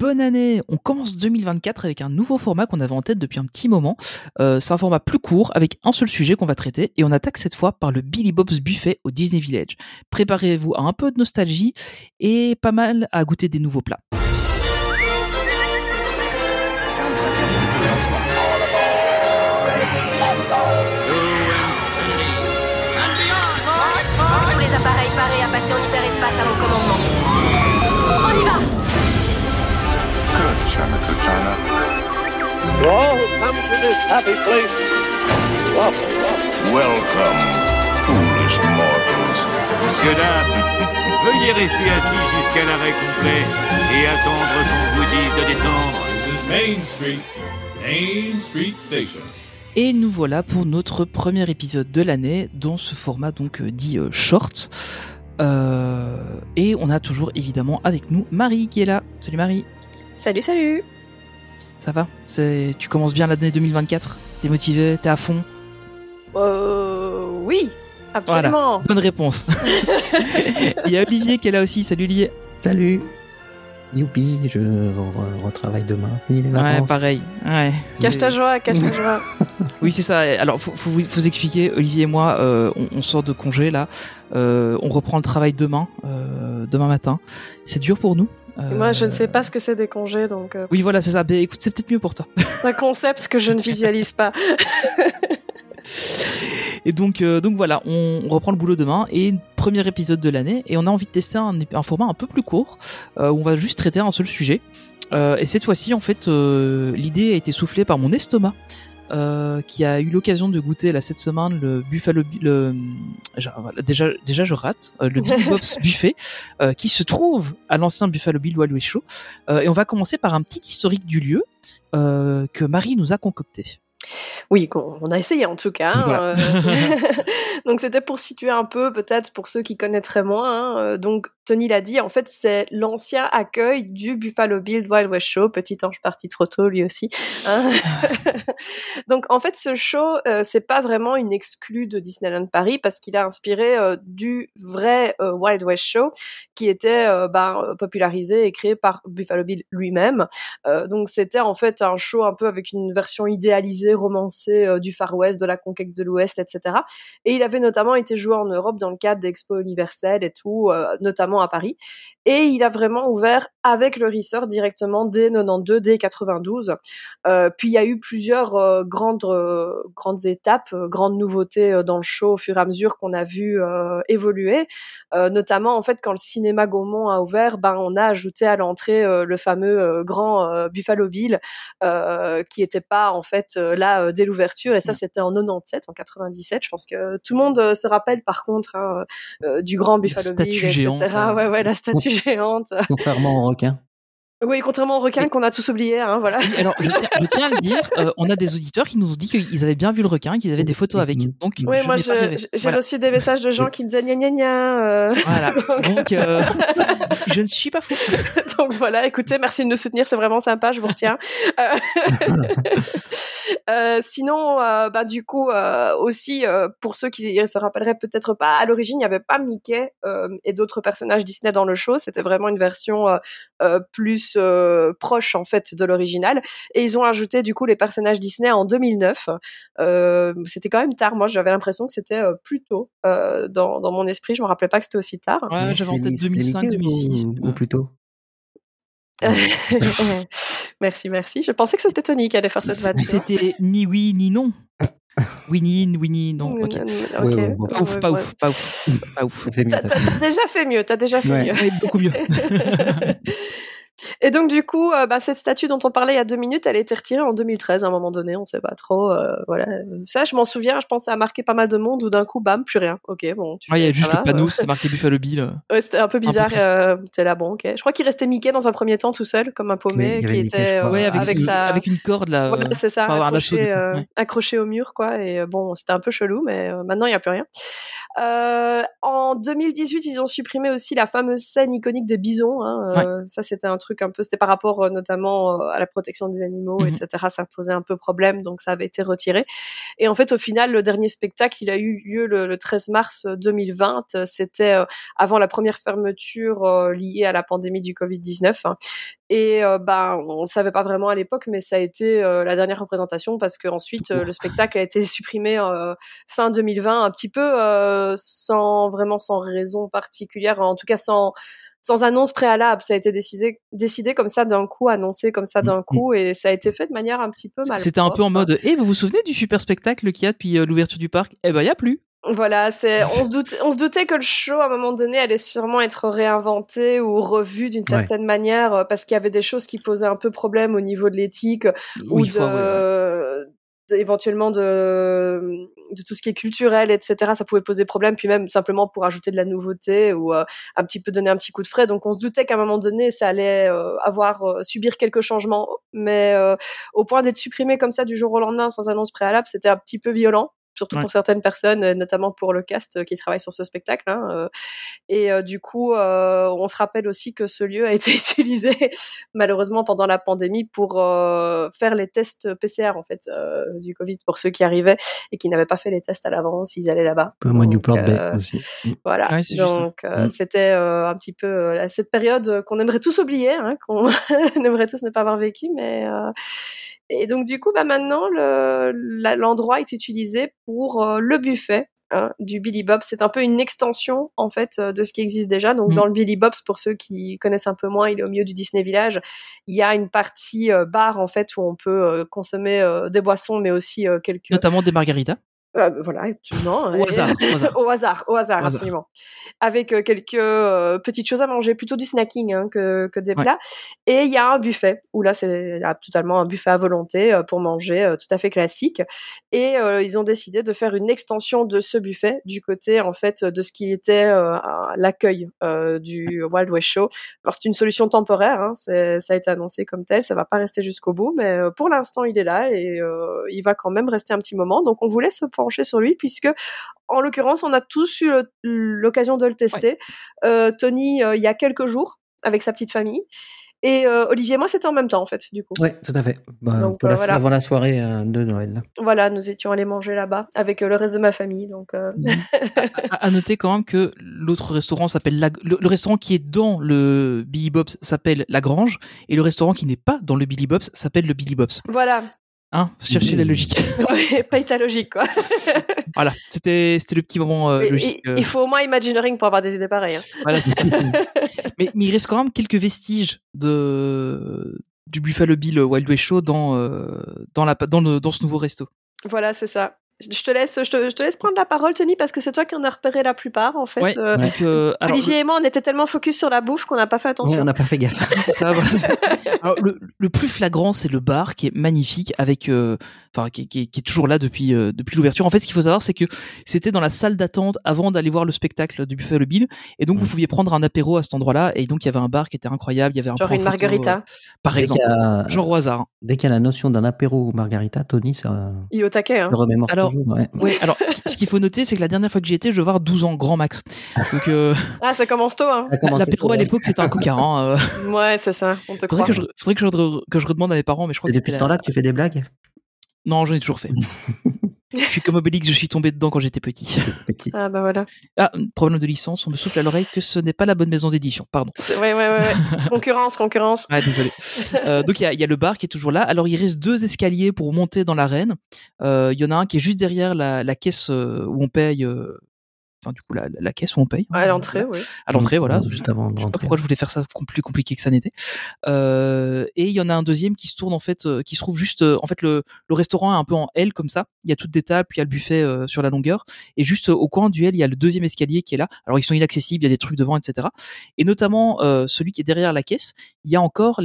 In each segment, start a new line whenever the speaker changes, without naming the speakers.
bonne année. On commence 2024 avec un nouveau format qu'on avait en tête depuis un petit moment. C'est un format plus court avec un seul sujet qu'on va traiter et on attaque cette fois par le Billy Bob's Buffet au Disney Village. Préparez-vous à un peu de nostalgie et pas mal à goûter des nouveaux plats.
Tous les appareils parés à passer en hyperespace à mon commandement. On y va!
Good, China.
To all who come to this happy place,
Welcome, foolish mortals.
Monsieur, dames, veuillez rester assis jusqu'à l'arrêt complet et attendre qu'on vous dise de descendre.
This is Main Street Station.
Et nous voilà pour notre premier épisode de l'année dans ce format donc dit short. Et on a toujours évidemment avec nous Marie qui est là. Salut Marie.
Salut.
Ça va ? Tu commences bien l'année 2024 ? T'es motivée ? T'es à fond ?
Oui, absolument.
Voilà, bonne réponse. Il y a Olivier qui est là aussi. Salut Olivier.
Salut. Youpi, je retravaille demain. Fini les vacances.
Ouais, pareil. Ouais.
Cache ta joie.
Oui, c'est ça. Alors, faut vous expliquer. Olivier et moi, on sort de congé là. On reprend le travail demain matin. C'est dur pour nous.
Moi, je ne sais pas ce que c'est des congés, donc...
Oui, voilà, c'est ça. Ben, écoute, c'est peut-être mieux pour toi.
C'est un concept que je ne visualise pas.
Et donc voilà, on reprend le boulot demain et premier épisode de l'année et on a envie de tester un format un peu plus court où on va juste traiter un seul sujet. Et cette fois-ci, en fait, l'idée a été soufflée par mon estomac. Qui a eu l'occasion de goûter là cette semaine le Buffalo déjà je rate le Billy Bob's Buffet qui se trouve à l'ancien Buffalo Bill Wild West Show et on va commencer par un petit historique du lieu que Marie nous a concocté.
Oui, on a essayé en tout cas.
Voilà.
Donc c'était pour situer un peu, peut-être pour ceux qui connaîtraient moins. Donc Tony l'a dit, en fait c'est l'ancien accueil du Buffalo Bill Wild West Show. Petit ange parti trop tôt lui aussi. Donc en fait ce show, c'est pas vraiment une exclue de Disneyland Paris parce qu'il a inspiré du vrai Wild West Show qui était popularisé et créé par Buffalo Bill lui-même. Donc c'était en fait un show un peu avec une version idéalisée, romancée du Far West, de la conquête de l'Ouest, etc. Et il avait notamment été joué en Europe dans le cadre d'Expo universelle et tout, notamment à Paris. Et il a vraiment ouvert avec le Resort directement dès 92, dès 92. Puis il y a eu plusieurs grandes étapes, grandes nouveautés dans le show au fur et à mesure qu'on a vu évoluer. Notamment en fait quand le cinéma Gaumont a ouvert, on a ajouté à l'entrée le fameux grand Buffalo Bill qui était pas en fait là dès l'ouverture, et ça c'était en 97, en 97. Je pense que tout le monde se rappelle par contre du grand Buffalo Bill, etc.
Géante,
Ouais, la statue géante.
Contrairement au requin.
Oui, contrairement aux requins qu'on a tous oubliés, voilà.
Oui, alors je tiens à le dire, on a des auditeurs qui nous ont dit qu'ils avaient bien vu le requin, qu'ils avaient des photos avec. Donc
oui, moi j'ai reçu des messages de gens qui me disaient gna gna gna.
Voilà. Donc je ne suis pas fou.
Donc voilà, écoutez, merci de nous soutenir, c'est vraiment sympa, je vous retiens. Sinon, du coup, aussi pour ceux qui se rappelleraient peut-être pas, à l'origine il n'y avait pas Mickey et d'autres personnages Disney dans le show. C'était vraiment une version plus proche en fait de l'original, et ils ont ajouté du coup les personnages Disney en 2009. C'était quand même tard, moi j'avais l'impression que c'était plus tôt dans mon esprit, je me rappelais pas que c'était aussi tard.
Ouais, j'avais en tête 2005-2006
ou plus tôt.
Merci, je pensais que c'était Tony qui allait faire cette vanne.
C'était ni oui ni non. Winnie, non. Ok.
Ouais.
Pas ouf.
T'as déjà fait mieux.
Ouais, beaucoup mieux.
Et donc du coup, cette statue dont on parlait il y a 2 minutes, elle a été retirée en 2013 à un moment donné, on sait pas trop. Voilà, ça je m'en souviens, je pense que ça a marqué pas mal de monde, où d'un coup, bam, plus rien. Ok, bon.
Il y a juste le panneau, c'était marqué Buffalo Bill.
Ouais, c'était un peu bizarre. T'es là, bon, ok. Je crois qu'il restait Mickey dans un premier temps tout seul, comme un paumé, qui était
avec une corde là.
Voilà, c'est ça, accroché au mur, quoi. Et bon, c'était un peu chelou, mais maintenant il y a plus rien. En 2018, ils ont supprimé aussi la fameuse scène iconique des bisons. Ça, c'était un truc truc un peu, c'était par rapport notamment à la protection des animaux, etc. Ça posait un peu problème, donc ça avait été retiré. Et en fait, au final, le dernier spectacle, il a eu lieu le 13 mars 2020. C'était avant la première fermeture liée à la pandémie du Covid-19. Hein. Et on le savait pas vraiment à l'époque, mais ça a été la dernière représentation parce que ensuite le spectacle a été supprimé fin 2020, un petit peu sans raison particulière, en tout cas sans annonce préalable. Ça a été décidé comme ça d'un coup, annoncé comme ça d'un coup, et ça a été fait de manière un petit peu mal.
C'était un peu en mode, vous vous souvenez du super spectacle qu'il y a depuis l'ouverture du parc? Eh ben, il y a plus.
Voilà, on se doutait que le show, à un moment donné, allait sûrement être réinventé ou revu d'une certaine manière, parce qu'il y avait des choses qui posaient un peu problème au niveau de l'éthique, ou éventuellement de tout ce qui est culturel, etc. Ça pouvait poser problème, puis même simplement pour ajouter de la nouveauté ou un petit peu donner un petit coup de frais. Donc on se doutait qu'à un moment donné, ça allait subir quelques changements, mais au point d'être supprimé comme ça du jour au lendemain sans annonce préalable, c'était un petit peu violent. Surtout pour certaines personnes, notamment pour le cast qui travaille sur ce spectacle. Hein, et du coup, on se rappelle aussi que ce lieu a été utilisé malheureusement pendant la pandémie pour faire les tests PCR en fait du Covid pour ceux qui arrivaient et qui n'avaient pas fait les tests à l'avance, ils allaient là-bas.
Comme à Newport Bay aussi.
Voilà. Ouais, donc c'était un petit peu cette période qu'on aimerait tous oublier, hein, qu'on aimerait tous ne pas avoir vécu, mais et donc du coup, maintenant l'endroit est utilisé pour le buffet du Billy Bob's. C'est un peu une extension en fait de ce qui existe déjà. Donc dans le Billy Bob's, pour ceux qui connaissent un peu moins, il est au milieu du Disney Village. Il y a une partie bar en fait où on peut consommer des boissons, mais aussi quelques,
notamment des margaritas.
Voilà, absolument.
Au hasard,
absolument. Avec quelques petites choses à manger, plutôt du snacking que des plats. Et il y a un buffet où là c'est totalement un buffet à volonté pour manger, tout à fait classique. Et ils ont décidé de faire une extension de ce buffet du côté en fait de ce qui était l'accueil du Wild West Show. Alors c'est une solution temporaire, hein, ça a été annoncé comme tel, ça va pas rester jusqu'au bout, mais pour l'instant il est là et il va quand même rester un petit moment. Donc on voulait se pencher sur lui puisque en l'occurrence on a tous eu l'occasion de le tester. Tony il y a quelques jours avec sa petite famille et Olivier et moi c'était en même temps en fait du coup.
Ouais, tout à fait.
Donc,
avant la soirée de Noël.
Voilà, nous étions allés manger là-bas avec le reste de ma famille. Donc
à noter quand même que l'autre restaurant s'appelle le restaurant qui est dans le Billy Bob's s'appelle La Grange et le restaurant qui n'est pas dans le Billy Bob's s'appelle le Billy Bob's.
Voilà.
Hein, chercher la logique.
Ouais, pas ta logique, quoi.
Voilà, c'était le petit moment logique.
Il faut au moins Imagineering pour avoir des idées pareilles. Hein.
Voilà, c'est ça. mais il reste quand même quelques vestiges du Buffalo Bill Wild West Show dans ce nouveau resto.
Voilà, c'est ça. Je te laisse prendre la parole, Tony, parce que c'est toi qui en as repéré la plupart, en fait.
Ouais,
Olivier et moi, on était tellement focus sur la bouffe qu'on n'a pas fait attention.
Ouais, on n'a pas fait gaffe.
C'est ça. Alors, le plus flagrant, c'est le bar qui est magnifique, avec, qui est toujours là depuis l'ouverture. En fait, ce qu'il faut savoir, c'est que c'était dans la salle d'attente avant d'aller voir le spectacle du Buffalo Bill, et donc vous pouviez prendre un apéro à cet endroit-là, et donc il y avait un bar qui était incroyable, il y avait un
genre une margarita,
par exemple, genre au hasard.
Dès qu'il y a la notion d'un apéro ou margarita, Tony, ça.
Il est au taquet, hein.
Remémore.
Alors,
ouais.
Alors, ce qu'il faut noter, c'est que la dernière fois que j'y étais, je devais avoir 12 ans, grand max. Donc,
ça commence tôt, hein.
L'apéro à l'époque, c'était un coca, hein.
Ouais, c'est ça, on te croit.
Faudrait que je redemande à mes parents, mais je crois que
depuis ce temps-là que tu fais des blagues?
Non, j'en ai toujours fait. Je suis comme Obélix, je suis tombé dedans quand j'étais petit.
Ah bah voilà.
Ah, problème de licence, on me souffle à l'oreille que ce n'est pas la bonne maison d'édition, pardon.
Ouais. Concurrence.
Ah, désolé. Donc il y a le bar qui est toujours là. Alors il reste 2 escaliers pour monter dans l'arène. Il y en a un qui est juste derrière la caisse où on paye. Enfin, du coup, la caisse où on paye.
À l'entrée, oui.
À l'entrée, voilà.
Juste avant.
Je sais pas pourquoi je voulais faire ça plus compliqué que ça n'était. Et il y en a un deuxième qui se tourne, en fait, qui se trouve juste, en fait, le restaurant est un peu en L, comme ça. Il y a toutes des tables, puis il y a le buffet sur la longueur. Et juste au coin du L, il y a le deuxième escalier qui est là. Alors, ils sont inaccessibles, il y a des trucs devant, etc. Et notamment, celui qui est derrière la caisse, il y a encore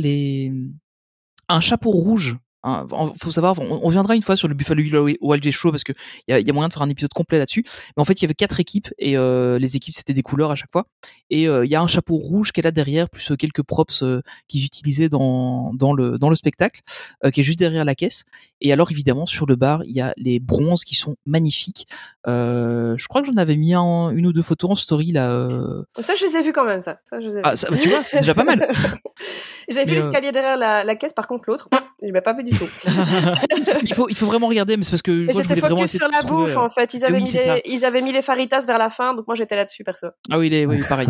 un chapeau rouge. Hein, faut savoir, on viendra une fois sur le Buffalo Wild West Show parce que il y a moyen de faire un épisode complet là-dessus. Mais en fait, il y avait 4 équipes et les équipes c'était des couleurs à chaque fois. Et il y a un chapeau rouge qui est là derrière, plus quelques props qu'ils utilisaient dans le spectacle, qui est juste derrière la caisse. Et alors évidemment sur le bar, il y a les bronzes qui sont magnifiques. Je crois que j'en avais mis une ou deux photos en story là.
Ça, je les ai vus quand même, ça.
Ah, ça, tu vois, c'est déjà pas mal.
J'avais vu
Mais,
l'escalier derrière la caisse, par contre l'autre, je l'ai pas vu du tout.
il faut vraiment regarder, mais c'est parce que
Mais
moi, je
j'étais
voulais vraiment
focus
essayer
sur
de
la
trouver,
bouffe en fait.
oui, c'est ça.
Ils avaient mis les faritas vers la fin, donc moi j'étais là-dessus perso.
Ah oui, oui, pareil.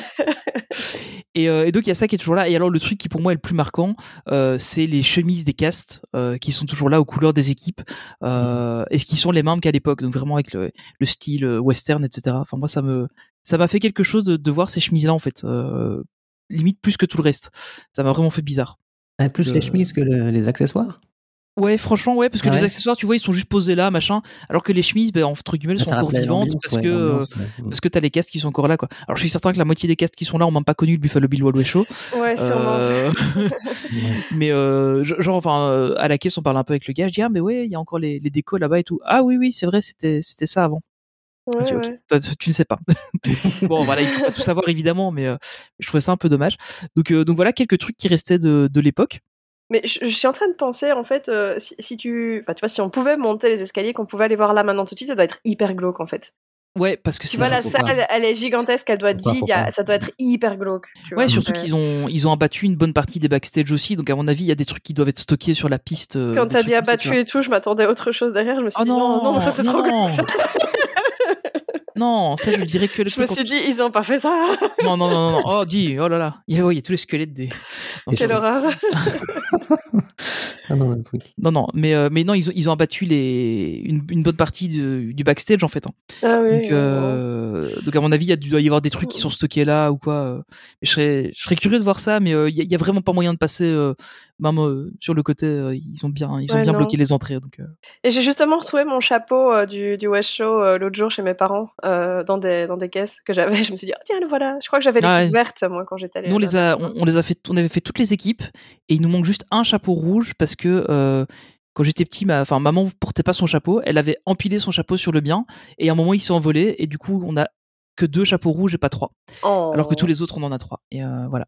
Et donc il y a ça qui est toujours là. Et alors le truc qui pour moi est le plus marquant, c'est les chemises des castes qui sont toujours là aux couleurs des équipes et qui sont les mêmes qu'à l'époque. Donc vraiment avec le style western, etc. Enfin moi ça m'a fait quelque chose de voir ces chemises là en fait. Limite plus que tout le reste. Ça m'a vraiment fait bizarre.
Plus les chemises que les accessoires.
Ouais, franchement, ouais, parce que
Ah
les
ouais.
accessoires, tu vois, ils sont juste posés là, machin, alors que les chemises, ben, entre guillemets, elles sont
Ça
encore
rappelait
vivantes
l'ambiance,
parce
ouais,
que
l'ambiance, ouais.
parce que t'as les castes qui sont encore là, quoi. Alors je suis certain que la moitié des castes qui sont là ont même pas connu le Buffalo Bill Wild West Show.
Ouais, sûrement.
Mais genre, enfin, à la caisse, on parle un peu avec le gars. Je dis ah mais ouais, il y a encore les décos là-bas et tout. Ah oui, c'est vrai, c'était ça avant.
Ouais,
Je dis, ok,
ouais.
toi, tu ne sais pas. Bon, voilà, il faut pas tout savoir évidemment, mais je trouvais ça un peu dommage. Donc voilà quelques trucs qui restaient de l'époque.
Mais je suis en train de penser, en fait, si tu vois, si on pouvait monter les escaliers, qu'on pouvait aller voir là maintenant tout de suite, ça doit être hyper glauque, en fait.
Ouais, parce que
Tu
c'est
vois, la
faut pas.
salle, elle est gigantesque, elle doit être
Faut pas,
vide,
faut pas.
ça doit être hyper glauque. Tu
Ouais,
vois.
surtout qu'ils ont abattu une bonne partie des backstage aussi, donc à mon avis, il y a des trucs qui doivent être stockés sur la piste.
Quand
des
t'as
trucs
dit
comme ça, tu
abattu et tout, je m'attendais à autre chose derrière, je me suis
vois.
dit non, ça c'est trop glauque. Ça.
Non, ça je dirais que le
Je me
truc
suis dit, ils ont pas fait ça.
non. Oh, oh là là. Il y a tous les squelettes des. Non,
Quelle horreur.
Ah non, le truc.
Non, mais non, ils ont abattu une bonne partie du backstage en fait. Hein.
Ah oui.
Donc à mon avis, il doit y avoir des trucs qui sont stockés là ou quoi. Je serais curieux de voir ça, mais il y a vraiment pas moyen de passer. Même sur le côté, ils ont bien
non.
bloqué les entrées. Donc.
Et j'ai justement retrouvé mon chapeau du West Show l'autre jour chez mes parents dans des caisses que j'avais. Je me suis dit, oh, tiens, le voilà. Je crois que j'avais l'équipe verte, moi, quand j'étais allée.
Nous, on avait fait toutes les équipes et il nous manque juste un chapeau rouge parce que quand j'étais petit, maman portait pas son chapeau. Elle avait empilé son chapeau sur le mien et à un moment, il s'est envolé et du coup, on a que 2 chapeaux rouges et pas 3.
Oh.
Alors que tous les autres, on en a 3. Et voilà.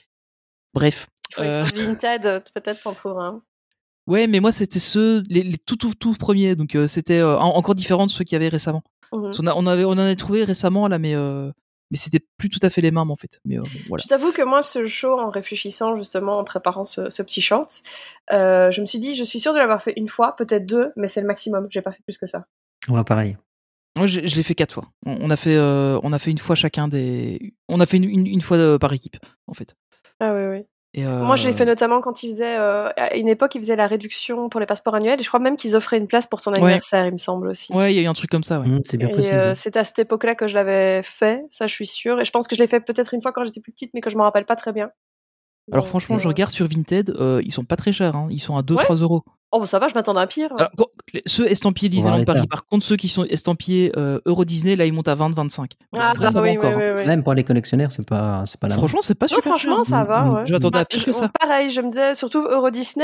Bref.
Il faudrait que sur Vinted, peut-être t'en trouveras un.
Ouais, mais moi, c'était les tout premiers. Donc, c'était encore différent de ceux qu'il y avait récemment.
Mm-hmm.
On en a trouvé récemment, là, mais c'était plus tout à fait les mêmes, en fait. Mais voilà.
Je t'avoue que moi, ce show, en réfléchissant, justement, en préparant ce petit short, je me suis dit, je suis sûre de l'avoir fait une fois, peut-être 2, mais c'est le maximum. J'ai pas fait plus que ça.
Ouais, pareil.
Moi, je l'ai fait 4 fois. On a fait une fois chacun des. On a fait une fois par équipe, en fait.
Ah oui.
Et
moi, je l'ai fait notamment quand ils faisaient, à une époque, ils faisaient la réduction pour les passeports annuels, et je crois même qu'ils offraient une place pour ton anniversaire, il me semble aussi.
Ouais, il y a eu un truc comme ça, ouais.
C'est bien possible.
C'est à cette époque-là que je l'avais fait, ça je suis sûre, et je pense que je l'ai fait peut-être une fois quand j'étais plus petite, mais que je me rappelle pas très bien.
Alors franchement, je regarde sur Vinted, ils sont pas très chers, hein. Ils sont à 2-3 euros.
Oh, bah ça va, je m'attendais à pire.
Alors, ceux estampillés Disneyland Paris, par contre, ceux qui sont estampillés Euro Disney, là, ils montent à 20-25.
Ah, oui.
Même pour les collectionneurs, c'est pas la
Franchement, c'est pas super
franchement,
cher.
ça va, ouais.
Je m'attendais à pire que ça.
Pareil, je me disais, surtout Euro Disney,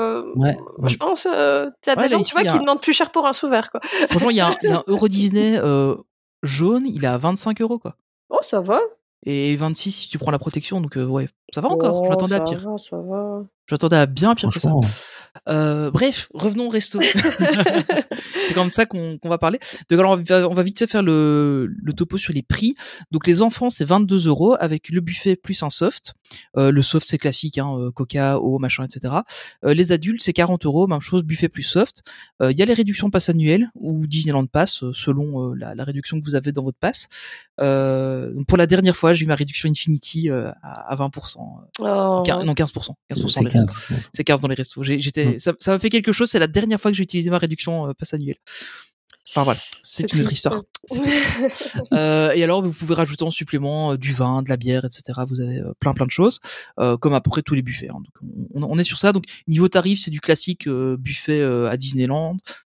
je pense, t'as des gens, tu vois, qui demandent plus cher pour un sous-verre, quoi.
Franchement, il y a un Euro Disney jaune, il est à 25 euros, quoi.
Oh, ça va.
Et 26 si tu prends la protection, donc ouais, ça va encore. Je m'attendais à pire.
Ça va.
Je m'attendais à bien pire que ça. Bref, revenons au resto. C'est comme ça qu'on va parler. Donc alors on va vite fait faire le topo sur les prix. Donc les enfants c'est 22 € avec le buffet plus un soft. Le soft c'est classique, hein, coca, eau, machin, etc. Les adultes c'est 40 €, même chose, buffet plus soft. Il y a les réductions pass annuelles ou Disneyland Pass selon la réduction que vous avez dans votre pass. Pour la dernière fois j'ai eu ma réduction Infinity à 20%. Non 15%. 15% dans les restos. C'est 15 dans les restos. Ça m'a fait quelque chose. C'est la dernière fois que j'ai utilisé ma réduction pass annuelle. Enfin voilà, c'est une autre histoire. Et alors vous pouvez rajouter en supplément du vin, de la bière, etc. Vous avez plein de choses, comme à peu près tous les buffets. Hein. Donc on est sur ça. Donc niveau tarif, c'est du classique buffet à Disneyland.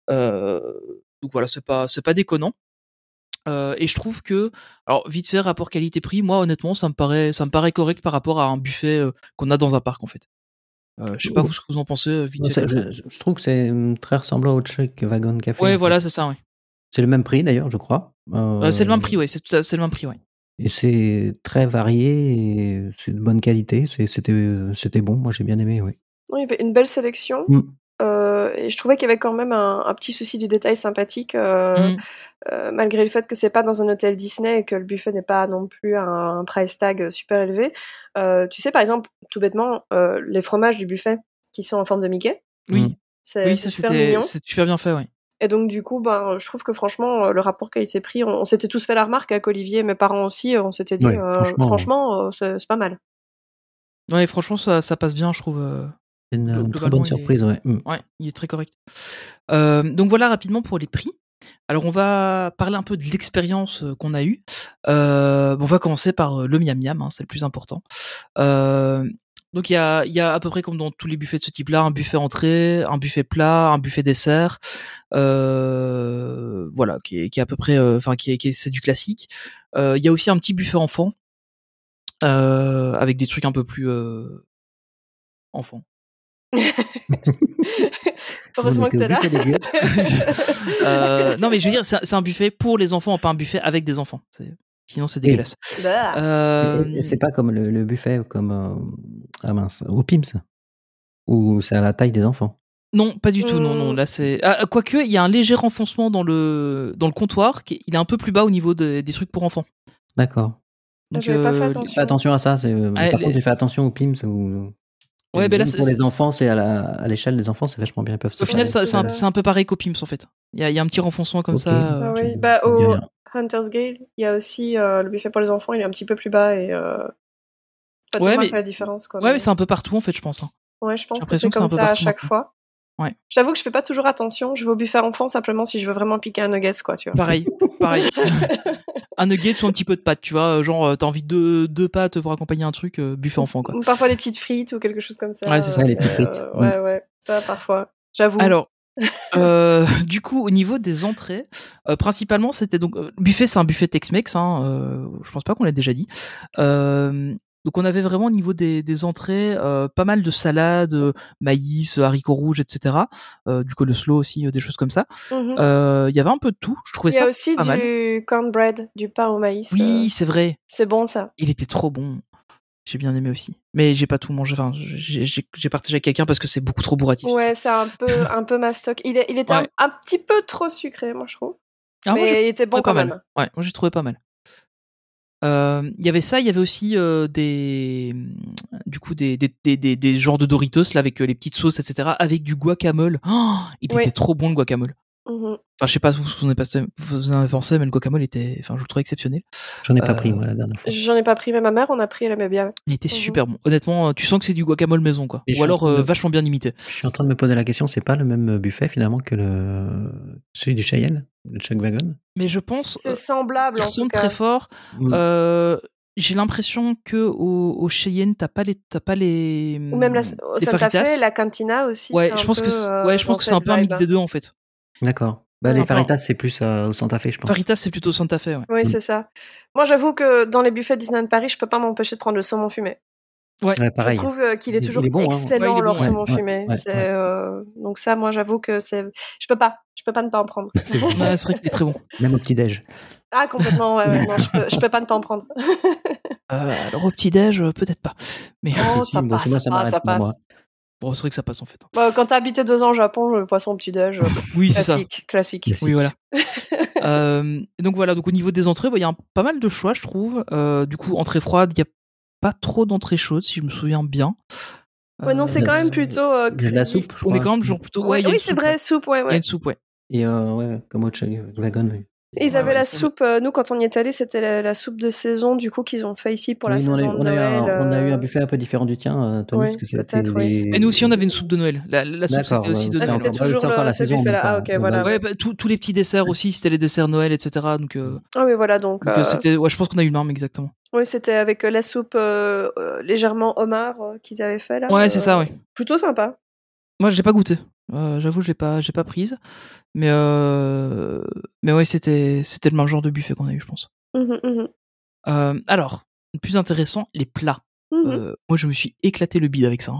Donc voilà, c'est pas déconnant. Et je trouve que, alors vite fait rapport qualité-prix, moi honnêtement ça me paraît correct par rapport à un buffet qu'on a dans un parc en fait. Je sais pas vous ce que vous en pensez vite fait.
Je trouve que c'est très ressemblant au Chuck Wagon Café.
Ouais, voilà, c'est ça, ouais.
C'est le même prix d'ailleurs, je crois.
C'est le même prix, ouais. C'est le même prix, ouais.
Et c'est très varié, et c'est de bonne qualité. C'était bon. Moi j'ai bien aimé, oui.
Oui, il y avait une belle sélection. Et je trouvais qu'il y avait quand même un petit souci du détail sympathique, malgré le fait que c'est pas dans un hôtel Disney et que le buffet n'est pas non plus un price tag super élevé. Tu sais, par exemple, tout bêtement, les fromages du buffet qui sont en forme de Mickey,
Oui,
c'est
ça
super mignon.
c'est super bien fait, oui.
Et donc du coup, je trouve que franchement, le rapport qualité-prix, on s'était tous fait la remarque avec Olivier et mes parents aussi, on s'était dit,
Ouais, franchement,
c'est pas mal.
Ouais, franchement, ça passe bien, je trouve.
C'est une très
Globalement,
bonne
il est-
surprise, ouais.
Ouais, il est très correct. Donc voilà rapidement pour les prix. Alors on va parler un peu de l'expérience qu'on a eue. On va commencer par le miam miam, c'est le plus important. Donc il y a à peu près comme dans tous les buffets de ce type-là, un buffet entrée, un buffet plat, un buffet dessert. Voilà, qui est à peu près, c'est du classique. Il y a aussi un petit buffet enfant avec des trucs un peu plus enfants.
Heureusement que t'es là.
Non mais je veux dire, c'est un buffet pour les enfants, pas un buffet avec des enfants. Sinon c'est dégueulasse.
Et c'est pas comme le buffet comme au Pims, où c'est à la taille des enfants.
Non, pas du tout. Non. Là, c'est quoique il y a un léger renfoncement dans le comptoir. Il est un peu plus bas au niveau des trucs pour enfants.
D'accord.
Donc,
j'avais pas fait attention.
Fais attention à ça. Par contre, j'ai fait attention au Pims.
Ouais, ben là,
pour les enfants, c'est à l'échelle des enfants, c'est vachement bien. Ils peuvent
au final, c'est un peu pareil qu'au Pims en fait. Il y a un petit renfoncement comme ça.
Oui. Au Hunter's Gale, il y a aussi le buffet pour les enfants. Il est un petit peu plus bas et pas tout la différence. Quoi,
mais c'est un peu partout en fait, je pense.
Ouais, je pense que c'est comme ça à chaque fois.
Ouais.
J'avoue que je fais pas toujours attention. Je vais au buffet enfant simplement si je veux vraiment piquer un nuggets, quoi, tu vois.
Pareil. Un nugget ou un petit peu de pâtes, tu vois. Genre, t'as envie de deux pâtes pour accompagner un truc, buffet enfant, quoi.
Ou parfois des petites frites ou quelque chose comme ça.
Ouais, c'est ça, les petites frites.
Ouais, ça, parfois. J'avoue.
Alors, du coup, au niveau des entrées, principalement, c'était donc buffet, c'est un buffet Tex-Mex. Je pense pas qu'on l'a déjà dit. Donc on avait vraiment au niveau des entrées pas mal de salades, maïs, haricots rouges, etc. Du coleslaw aussi, des choses comme ça. Il y avait un peu de tout. Je trouvais ça pas mal.
Il y a aussi du cornbread, du pain au maïs.
Oui, c'est vrai.
C'est bon ça.
Il était trop bon. J'ai bien aimé aussi. Mais j'ai pas tout mangé. Enfin, j'ai partagé avec quelqu'un parce que c'est beaucoup trop bourratif.
Ouais, c'est un peu mastoc. Il était un petit peu trop sucré, moi je trouve. Mais il était bon quand même.
Ouais, moi j'ai trouvé pas mal. Il y avait ça, il y avait aussi des genres de Doritos là avec les petites sauces, etc. avec du guacamole. Il était trop bon le guacamole. Enfin, je sais pas ce que vous en avez pensé, mais le guacamole était, je le trouvais exceptionnel.
J'en ai pas pris moi la dernière fois.
J'en ai pas pris, mais ma mère en a pris, elle aimait bien.
Il était super bon. Honnêtement, tu sens que c'est du guacamole maison, quoi. Ou alors vachement bien imité.
Je suis en train de me poser la question, c'est pas le même buffet finalement que celui du Cheyenne, le Chuck Wagon?
Mais je pense
c'est semblable.
Ils ressemblent très fort. J'ai l'impression que au Cheyenne t'as pas les
ou même au Santa Fe, la Cantina aussi.
Ouais, je pense que c'est un peu un mix des deux en fait.
D'accord. Les Faritas c'est plus au Santa Fe, je pense.
Faritas c'est plutôt Santa Fe, ouais.
Oui, c'est ça. Moi, j'avoue que dans les buffets Disneyland Paris, je peux pas m'empêcher de prendre le saumon fumé.
Ouais,
pareil.
Je trouve qu'il est toujours excellent leur saumon fumé. Donc ça, moi, j'avoue que je peux pas ne pas en prendre.
C'est vrai qu'il est très bon.
Même au petit déj.
Ah, complètement. Ouais. Non, je peux pas ne pas en prendre.
Alors au petit déj, peut-être pas. Mais
ça passe.
Bon, c'est vrai que ça passe en fait.
Quand t'as habité 2 ans au Japon, le poisson au petit déj.
Oui, c'est ça.
Classique.
Oui, voilà. Donc voilà. Donc au niveau des entrées, il y a pas mal de choix, je trouve. Du coup, entrée froide, il y a pas trop d'entrées chaudes, si je me souviens bien.
Ouais, non, c'est quand même plutôt.
La soupe, je crois.
On est quand même genre plutôt.
Oui, c'est vrai, soupe, ouais.
Il y a une soupe, ouais.
Et comme au Chuck Wagon.
Ils avaient la soupe, nous quand on y est allé, c'était la soupe de saison du coup qu'ils ont fait ici pour la saison de Noël.
On a eu un buffet un peu différent du tien, Tony, parce que c'était
Et nous aussi on avait une soupe de Noël. La soupe c'était aussi de Noël.
C'était toujours ce buffet-là. Ah ok, voilà.
Ouais, tous les petits desserts aussi, c'était les desserts Noël, etc. Donc.
Ah oui, voilà donc.
C'était, je pense qu'on a eu le même exactement.
Oui, c'était avec la soupe légèrement homard qu'ils avaient fait là.
Ouais, c'est ça, oui.
Plutôt sympa.
Moi, je l'ai pas goûté. J'avoue, j'ai pas prise. Mais ouais, c'était le même genre de buffet qu'on a eu, je pense. Alors, le plus intéressant, les plats. Moi, je me suis éclaté le bide avec ça.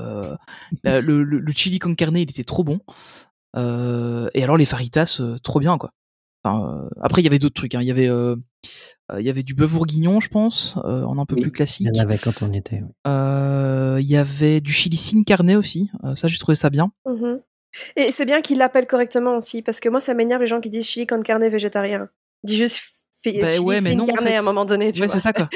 Le chili con carne, il était trop bon. Et alors, les faritas, trop bien, quoi. Après, il y avait d'autres trucs. Il y avait Il y avait du bœuf bourguignon, je pense, en un peu plus classique.
Il y en avait quand on y était.
Il y avait du chili sin carne aussi. Ça, j'ai trouvé ça bien.
Et c'est bien qu'il l'appelle correctement aussi, parce que moi, ça m'énerve les gens qui disent chili con carne végétarien. Dis juste chili sin carne à un moment donné, tu vois.
c'est ça, quoi.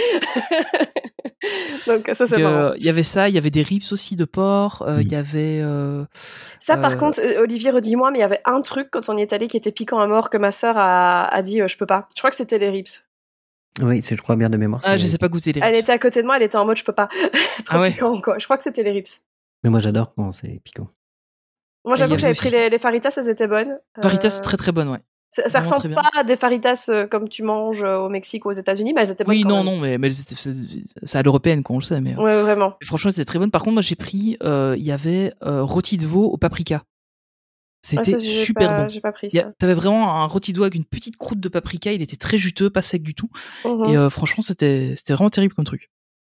Donc ça, c'est marrant.
Il y avait ça, il y avait des ribs aussi de porc, il y avait...
Ça, par contre, Olivier, redis-moi, mais il y avait un truc quand on y est allé qui était piquant à mort, que ma sœur a dit je peux pas. Je crois que c'était les ribs.
Oui, je crois bien de mémoire.
Ah, je sais pas goûter les ribs.
Elle était à côté de moi, elle était en mode je peux pas. Trop piquant, quoi. Je crois que c'était les ribs.
Mais moi, j'adore quand c'est piquant.
Moi, j'avoue que j'avais pris les faritas, elles étaient bonnes.
Faritas, très très bonnes, ouais.
Ça ressemble pas à des faritas comme tu manges au Mexique ou aux États-Unis, mais elles étaient bonnes.
Oui, non, mais c'est à l'européenne, qu'on le sait. Mais,
ouais, vraiment.
Mais franchement, c'était très bonne. Par contre, moi, j'ai pris, il y avait rôti de veau au paprika. C'était super bon.
J'ai pas pris ça.
T'avais vraiment un rôti de veau avec une petite croûte de paprika. Il était très juteux, pas sec du tout. Et franchement, c'était vraiment terrible comme truc.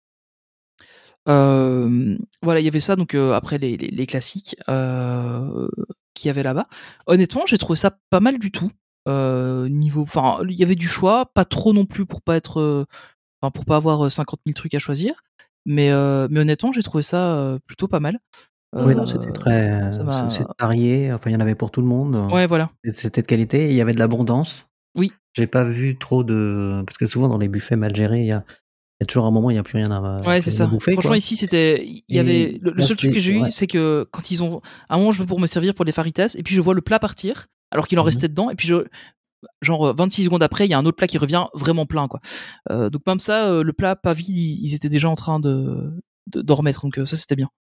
Voilà, il y avait ça. Donc après les classiques qu'il y avait là-bas. Honnêtement, j'ai trouvé ça pas mal du tout. Enfin, il y avait du choix, pas trop non plus pour pas être, pour pas avoir 50 000 trucs à choisir. Mais honnêtement, j'ai trouvé ça plutôt pas mal.
Oui, non, c'était très varié. Enfin, il y en avait pour tout le monde.
Ouais, voilà.
C'était de qualité. Et il y avait de l'abondance.
Oui.
J'ai pas vu trop de, parce que souvent dans les buffets mal gérés, il y a toujours un moment où il n'y a plus rien à
c'est ça.
bouffer.
Franchement,
quoi.
Ici, c'était, il y avait le seul truc que j'ai eu, c'est que quand ils ont, à un moment, je veux pour me servir pour les faritas, et puis je vois le plat partir, alors qu'il en restait dedans, et puis genre 26 secondes après, il y a un autre plat qui revient vraiment plein, quoi. Donc même ça, le plat pas vide, ils étaient déjà en train d'en remettre, donc ça c'était bien.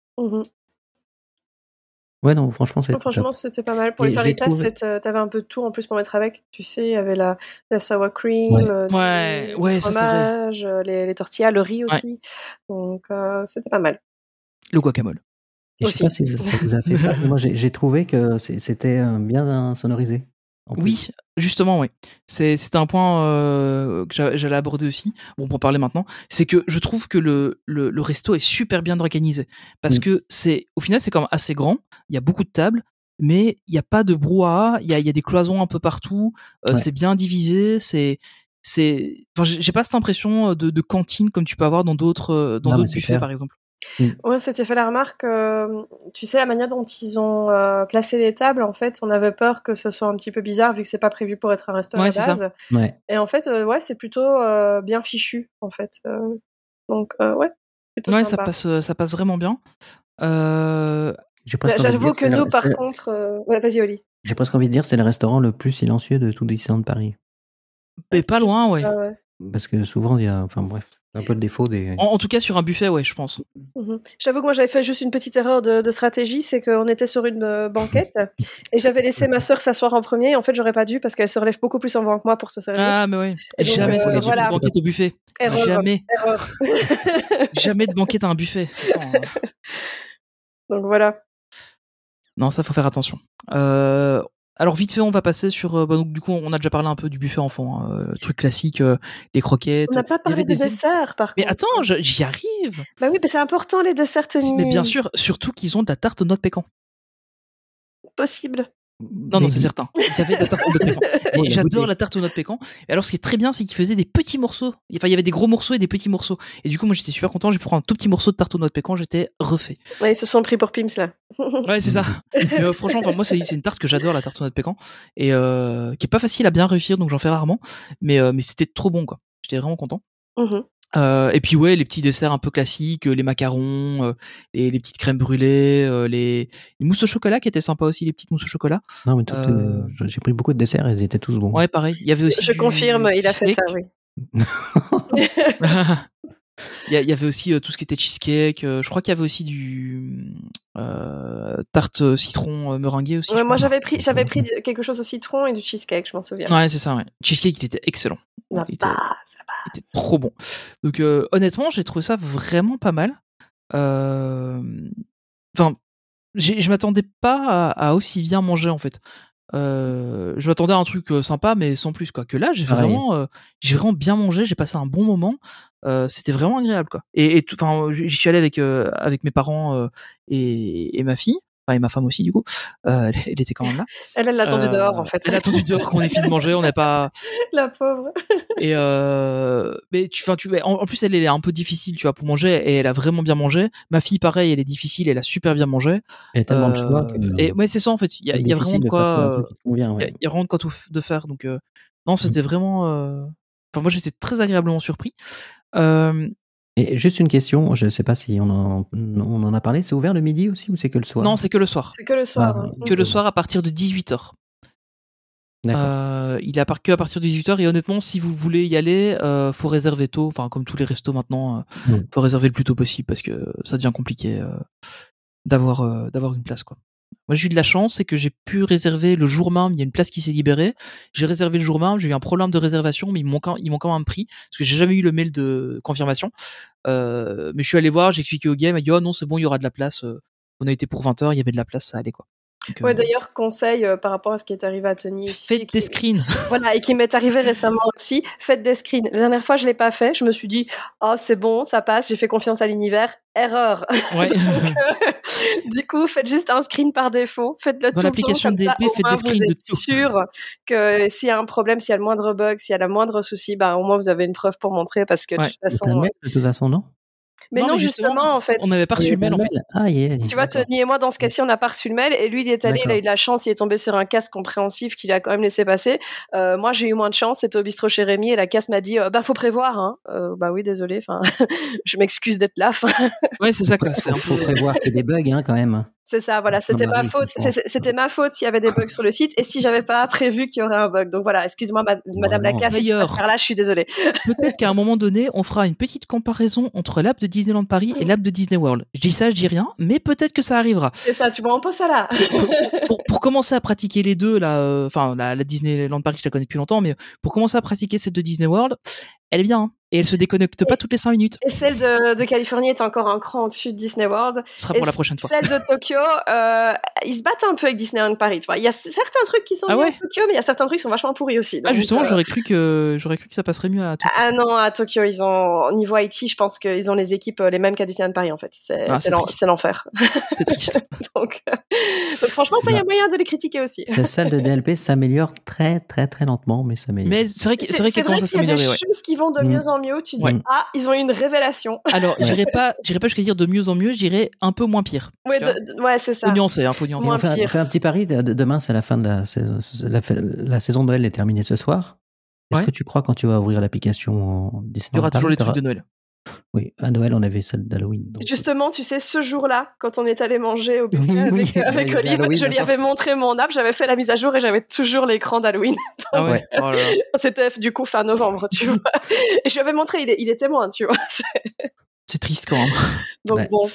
Ouais, non, franchement,
c'était pas mal. Pour les faritas, t'avais un peu de tout en plus pour mettre avec. Tu sais, il y avait la sour cream, du fromage, les tortillas, le riz aussi. Donc, c'était pas mal.
Le guacamole.
Et je sais pas si ça vous a fait ça. Moi, j'ai trouvé que c'était bien sonorisé.
Oui, justement, oui. C'était un point que j'allais aborder aussi. Bon, pour parler maintenant, c'est que je trouve que le resto est super bien organisé parce que au final, c'est quand même assez grand. Il y a beaucoup de tables, mais il n'y a pas de brouhaha. Il y a des cloisons un peu partout. C'est bien divisé. Enfin, j'ai pas cette impression de cantine comme tu peux avoir dans d'autres buffets, par exemple.
Ouais, c'était fait la remarque, tu sais, la manière dont ils ont placé les tables, en fait, on avait peur que ce soit un petit peu bizarre vu que c'est pas prévu pour être un restaurant à base.
Ça. Ouais.
Et en fait, c'est plutôt bien fichu, en fait. Donc, plutôt sympa.
Ça passe vraiment bien.
J'avoue que nous, par contre... vas-y, Oli.
J'ai presque envie de dire c'est le restaurant le plus silencieux de tout Disneyland Paris.
Mais pas loin, ouais.
Parce que souvent, il y a... Enfin bref, un peu le défaut des...
En tout cas, sur un buffet, ouais, je pense.
J'avoue que moi, j'avais fait juste une petite erreur de stratégie, c'est qu'on était sur une banquette et j'avais laissé ma sœur s'asseoir en premier. Et en fait, j'aurais pas dû parce qu'elle se relève beaucoup plus en avant que moi pour se servir.
Ah, mais ouais. Jamais s'asseoir sur une banquette au buffet. Jamais. Jamais de banquette à un buffet.
Donc voilà.
Non, ça, faut faire attention. Alors vite fait, on va passer sur. Donc du coup, on a déjà parlé un peu du buffet enfant, truc classique, les croquettes.
On n'a pas parlé des desserts, par contre.
Mais attends, j'y arrive.
Bah oui, mais c'est important les desserts, Tony.
Mais bien sûr, surtout qu'ils ont de la tarte aux noix de pécan.
Possible.
Non, c'est certain. Ils avaient de la tarte aux noix de pécan. Et j'adore la tarte aux noix de pécan. Et alors, ce qui est très bien, c'est qu'ils faisaient des petits morceaux. Enfin, il y avait des gros morceaux et des petits morceaux. Et du coup, moi, j'étais super content. J'ai pu prendre un tout petit morceau de tarte aux noix de pécan. J'étais refait.
Ouais, ils se sont pris pour Pims, là.
Ouais, c'est ça. Mais franchement, moi, c'est une tarte que j'adore, la tarte aux noix de pécan. Et qui est pas facile à bien réussir, donc j'en fais rarement. Mais c'était trop bon, quoi. J'étais vraiment content. Et puis ouais, les petits desserts un peu classiques, les macarons, les petites crèmes brûlées, les mousses au chocolat qui étaient sympas aussi, les petites mousses au chocolat.
Non mais j'ai pris beaucoup de desserts et ils étaient tous bons.
Ouais, pareil. Il y avait aussi.
Je confirme, il a fait ça, oui.
Il y avait aussi tout ce qui était cheesecake. Je crois qu'il y avait aussi du tarte citron meringuée aussi.
Ouais, moi j'avais pris quelque chose au citron et du cheesecake, je m'en souviens.
Ouais, c'est ça. Ouais. Cheesecake, il était excellent.
Il
était trop bon. Donc honnêtement, j'ai trouvé ça vraiment pas mal. Enfin, je m'attendais pas à aussi bien manger en fait. Je m'attendais à un truc sympa, mais sans plus quoi. Que là, j'ai vraiment bien mangé. J'ai passé un bon moment. C'était vraiment agréable quoi. Et enfin, j'y suis allé avec mes parents et ma fille. et ma femme aussi du coup, elle était quand même là.
Elle l'a attendu dehors en fait.
Elle a attendu dehors qu'on ait fini de manger, on n'a pas.
La pauvre.
Et mais en plus elle est un peu difficile, tu vois, pour manger, et elle a vraiment bien mangé. Ma fille pareil, elle est difficile, elle a super bien mangé.
Il y a tellement de choix que.
Et ouais, c'est ça en fait. Il y a vraiment de quoi. Il y a vraiment de quoi tout de faire. Donc non, c'était vraiment. Enfin, moi j'étais très agréablement surpris.
Et juste une question, je ne sais pas si on en a parlé, c'est ouvert le midi aussi ou c'est que le soir?
Non, c'est que le soir.
C'est que le soir.
Que le soir à partir de 18h.
D'accord.
Il est que à partir de 18h, et honnêtement, si vous voulez y aller, faut réserver tôt. Enfin, comme tous les restos maintenant, faut réserver le plus tôt possible parce que ça devient compliqué d'avoir une place, quoi. Moi, j'ai eu de la chance, c'est que j'ai pu réserver le jour même. Il y a une place qui s'est libérée. J'ai réservé le jour même. J'ai eu un problème de réservation, mais ils m'ont quand même pris parce que j'ai jamais eu le mail de confirmation. Mais je suis allé voir, j'ai expliqué au gars, il m'a dit oh non, c'est bon, il y aura de la place. On a été pour 20h, il y avait de la place, ça allait, quoi. Donc,
ouais, d'ailleurs, conseil par rapport à ce qui est arrivé à Tony ici.
Faites des screens.
Voilà, et qui m'est arrivé récemment aussi. Faites des screens. La dernière fois, je l'ai pas fait. Je me suis dit, oh, c'est bon, ça passe. J'ai fait confiance à l'univers. Erreur.
Ouais.
Donc, du coup, faites juste un screen par défaut. Faites-le tout le temps.
Dans l'application DLP, faites des screens de tout.
Vous êtes sûr que s'il y a un problème, s'il y a le moindre bug, s'il y a le moindre souci, bah, au moins vous avez une preuve pour montrer parce que de toute façon.
Non.
Mais non, justement, en fait.
On n'avait pas reçu le mail, en fait.
Ah,
tu vois, Tony et moi, dans ce cas-ci, on n'a pas reçu le mail. Et lui, il est allé, il a eu de la chance, il est tombé sur un casque compréhensif qu'il a quand même laissé passer. Moi, j'ai eu moins de chance, c'était au bistrot chez Rémi, et la casse m'a dit, faut prévoir, hein. Bah oui, désolé, enfin, je m'excuse d'être là.
Ouais, c'est ça, quoi.
Il faut prévoir qu'il y ait des bugs, hein, quand même.
C'est ça, voilà, c'était ma faute. C'était ma faute s'il y avait des bugs sur le site et si j'avais pas prévu qu'il y aurait un bug. Donc voilà, excuse-moi, madame Lacasse, si tu passes par là, je suis désolée.
Peut-être qu'à un moment donné, on fera une petite comparaison entre l'app de Disneyland Paris et l'app de Disney World. Je dis ça, je dis rien, mais peut-être que ça arrivera.
C'est ça, tu vois, on pose ça là.
pour commencer à pratiquer les deux, là, enfin, la Disneyland Paris, je la connais depuis longtemps, mais pour commencer à pratiquer celle de Disney World, elle est bien, hein. Et elle se déconnecte pas toutes les 5 minutes.
Et celle de Californie est encore un cran au-dessus de Disney World.
Ce sera pour la prochaine fois.
Celle de Tokyo, ils se battent un peu avec Disneyland Paris, tu vois. Il y a certains trucs qui sont bien à Tokyo, mais il y a certains trucs qui sont vachement pourris aussi. Donc,
justement, j'aurais cru que ça passerait mieux à Tokyo.
Ah non, à Tokyo, ils ont, au niveau IT, je pense qu'ils ont les équipes les mêmes qu'à Disneyland Paris, en fait. C'est l'enfer.
C'est triste.
donc, franchement, ça, il y a moyen de les critiquer aussi.
Cette salle de DLP s'améliore très, très, très lentement, mais s'améliore.
Mais c'est vrai qu'elle commence à s'améliorer.
Il y a des choses qui vont de mieux en mieux. Tu dis, ils ont eu une révélation.
Alors, j'irai pas jusqu'à dire de mieux en mieux, j'irai un peu moins pire.
Ouais, c'est ça.
Faut nuancer, faut nuancer.
On fait un petit pari. Demain, c'est la fin de la saison de Noël est terminée ce soir. Est-ce que tu crois, quand tu vas ouvrir l'application Disney,
il y aura toujours les trucs de Noël?
Oui, à Noël, on avait celle d'Halloween. Donc...
Justement, tu sais, ce jour-là, quand on est allé manger au buffet avec Olive, je lui avais montré mon app, j'avais fait la mise à jour et j'avais toujours l'écran d'Halloween.
Ah ouais. Oh là là.
C'était du coup fin novembre, tu vois. Et je lui avais montré, il est témoin, tu vois.
C'est triste quand même.
Donc bon.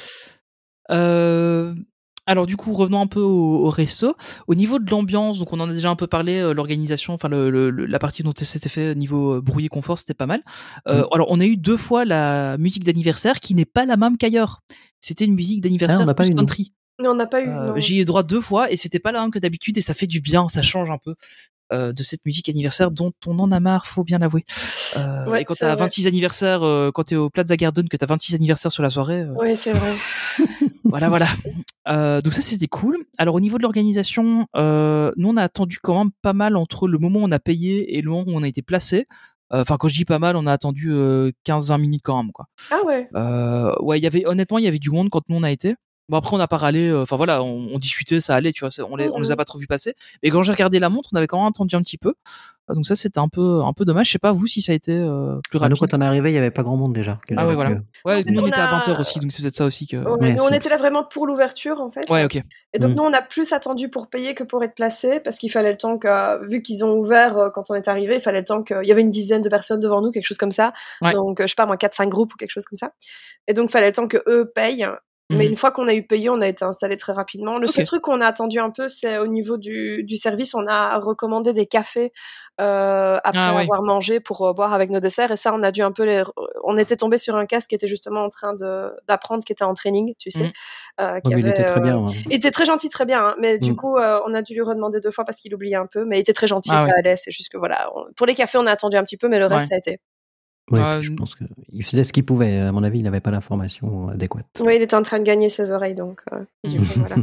Alors du coup, revenons un peu au resto. Au niveau de l'ambiance, donc on en a déjà un peu parlé, l'organisation, enfin la partie dont c'était fait niveau bruit et confort, c'était pas mal. Alors on a eu 2 fois la musique d'anniversaire qui n'est pas la même qu'ailleurs. C'était une musique d'anniversaire plus country.
Non, on n'a pas eu.
J'y ai droit 2 fois et c'était pas la même que d'habitude et ça fait du bien, ça change un peu. De cette musique anniversaire dont on en a marre, faut bien l'avouer. Et quand t'as 26 anniversaires, quand t'es au Plaza Garden, que t'as 26 anniversaires sur la soirée.
Oui, c'est vrai.
Voilà. Donc ça, c'était cool. Alors au niveau de l'organisation, nous on a attendu quand même pas mal entre le moment où on a payé et le moment où on a été placé. Enfin, quand je dis pas mal, on a attendu 15-20 minutes quand même, quoi.
Ah ouais.
Ouais, il y avait du monde quand nous on a été. Bon, après on n'a pas râlé, enfin voilà, on discutait, ça allait, tu vois, on les a pas trop vus passer. Mais quand j'ai regardé la montre, on avait quand même attendu un petit peu. Donc ça, c'était un peu dommage. Je sais pas vous si ça a été plus rapide.
Nous, quand on est arrivé, il y avait pas grand monde déjà.
Ah ouais, voilà. Ouais, nous on était à 20h aussi, donc c'est peut-être ça aussi que.
Nous on était là vraiment pour l'ouverture en fait.
Ouais, ok.
Et donc nous on a plus attendu pour payer que pour être placé parce qu'il fallait le temps que, vu qu'ils ont ouvert quand on est arrivé, il fallait le temps qu'il y avait une dizaine de personnes devant nous, quelque chose comme ça. Ouais. Donc je sais pas moi 4-5 groupes ou quelque chose comme ça. Et donc il fallait le temps que eux payent. Mais une fois qu'on a eu payé, on a été installé très rapidement. Le seul truc qu'on a attendu un peu, c'est au niveau du service, on a recommandé des cafés après avoir mangé pour boire avec nos desserts. Et ça, on a dû un peu on était tombé sur un casque qui était justement en train d'apprendre, qui était en training, tu sais.
Qui avait, il était très bien.
Il était très gentil, très bien. Hein, mais du coup, on a dû lui redemander 2 fois parce qu'il oubliait un peu. Mais il était très gentil, ça allait. C'est juste que voilà. Pour les cafés, on a attendu un petit peu, mais le reste, ça a été.
Oui, je pense qu'il faisait ce qu'il pouvait. À mon avis, il n'avait pas l'information adéquate.
Oui, il était en train de gagner ses oreilles, donc du coup, voilà.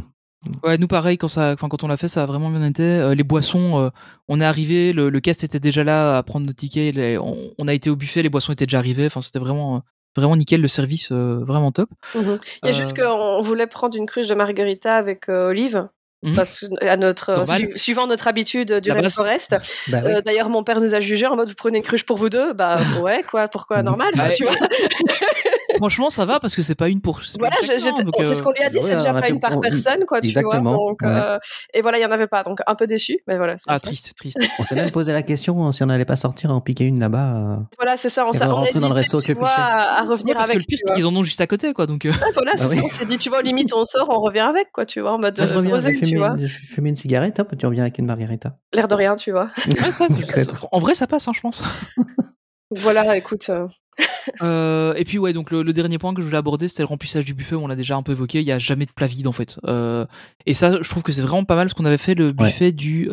Ouais, nous pareil quand on l'a fait, ça a vraiment bien été. Les boissons, on est arrivé, le cast était déjà là à prendre nos tickets, on a été au buffet, les boissons étaient déjà arrivées. Enfin, c'était vraiment nickel, le service vraiment top.
Il y a juste qu'on voulait prendre une cruche de margarita avec Olive. Parce que suivant notre habitude du Rainforest.
Ouais.
D'ailleurs, mon père nous a jugé en mode vous prenez une cruche pour vous deux. Bah ouais, quoi, pourquoi normal, tu vois.
Franchement, ça va parce que c'est pas une pour.
Voilà, c'est ce qu'on lui a dit, c'est déjà pas une par personne, quoi, tu vois. Donc, et voilà, il y en avait pas, donc un peu déçu, mais voilà.
Triste.
On s'est même posé la question si on n'allait pas sortir en piquer une là-bas.
Voilà, c'est ça. On a hésité,
dans le resto,
tu vois, à revenir
parce
avec.
Que le pire, c'est qu'ils en ont juste à côté, quoi. Donc.
Voilà, c'est ça. On s'est dit, tu vois, limite, on sort, on revient avec, quoi, tu vois, en mode poser, tu vois.
Je fume une cigarette, hop, tu reviens avec une margarita.
L'air de rien, tu vois.
Ouais, ça, en vrai, ça passe, je pense.
Voilà, écoute.
Et puis ouais, donc le dernier point que je voulais aborder, c'était le remplissage du buffet. On l'a déjà un peu évoqué. Il y a jamais de plat vide en fait. Et ça, je trouve que c'est vraiment pas mal parce qu'on avait fait le buffet du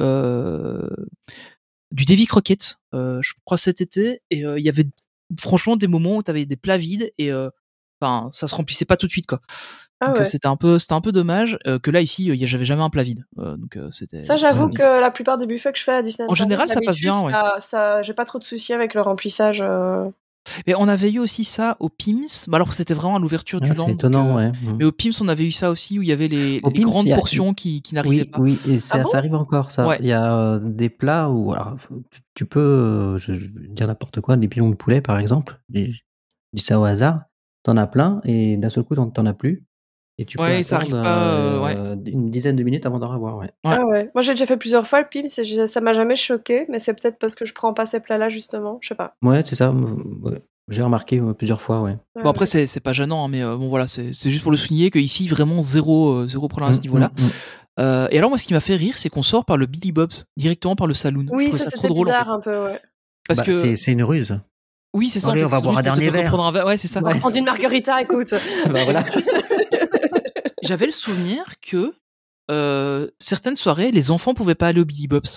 Davy Crockett, je crois cet été, et il y avait franchement des moments où t'avais des plats vides et ça se remplissait pas tout de suite quoi. Donc c'était un peu dommage que là ici j'avais jamais un plat vide. Donc c'était.
Ça, j'avoue que la plupart des buffets que je fais à Disneyland,
en général, ça passe bien.
Ça, j'ai pas trop de soucis avec le remplissage.
Mais on avait eu aussi ça au Pims. Bah alors c'était vraiment à l'ouverture du land.
C'est étonnant, ouais.
Mais au Pims, on avait eu ça aussi où il y avait les grandes portions qui n'arrivaient pas.
Oui, et ça arrive encore ça. Ouais. Il y a des plats où alors, tu peux, je vais dire n'importe quoi, des pilons de poulet par exemple. Je dis ça au hasard. T'en as plein et d'un seul coup t'en as plus. Et tu peux attendre une dizaine de minutes avant d'en avoir. Ouais.
Ah ouais. Moi j'ai déjà fait plusieurs fois le Pims et ça m'a jamais choqué, mais c'est peut-être parce que je prends pas ces plats-là justement, je sais pas.
Ouais, c'est ça. Ouais. J'ai remarqué plusieurs fois, ouais.
Bon après c'est pas gênant, hein, mais bon voilà, c'est juste pour le souligner que ici vraiment zéro problème à ce niveau-là. Et alors moi ce qui m'a fait rire, c'est qu'on sort par le Billy Bob's directement par le saloon.
Oui, ça c'était drôle, bizarre en fait. Un peu, ouais.
Parce que
c'est une ruse.
Oui, c'est ça.
Allez, en fait, on va boire un dernier verre.
Ouais, c'est ça.
On va prendre une margarita, écoute.
Voilà.
J'avais le souvenir que certaines soirées, les enfants pouvaient pas aller au Billy Bob's.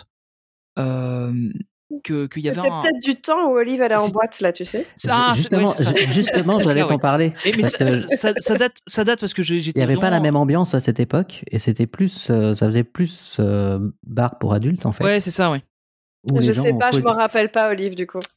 Qu'il y avait
C'était peut-être du temps où Olive allait en boîte, là, tu sais.
Justement, j'allais t'en parler.
Mais ça date parce que j'étais.
Il n'y avait pas la même ambiance à cette époque et c'était plus, ça faisait plus bar pour adultes en fait.
Ouais, c'est ça, ouais.
Je sais pas, je m'en rappelle pas, Olive, du coup.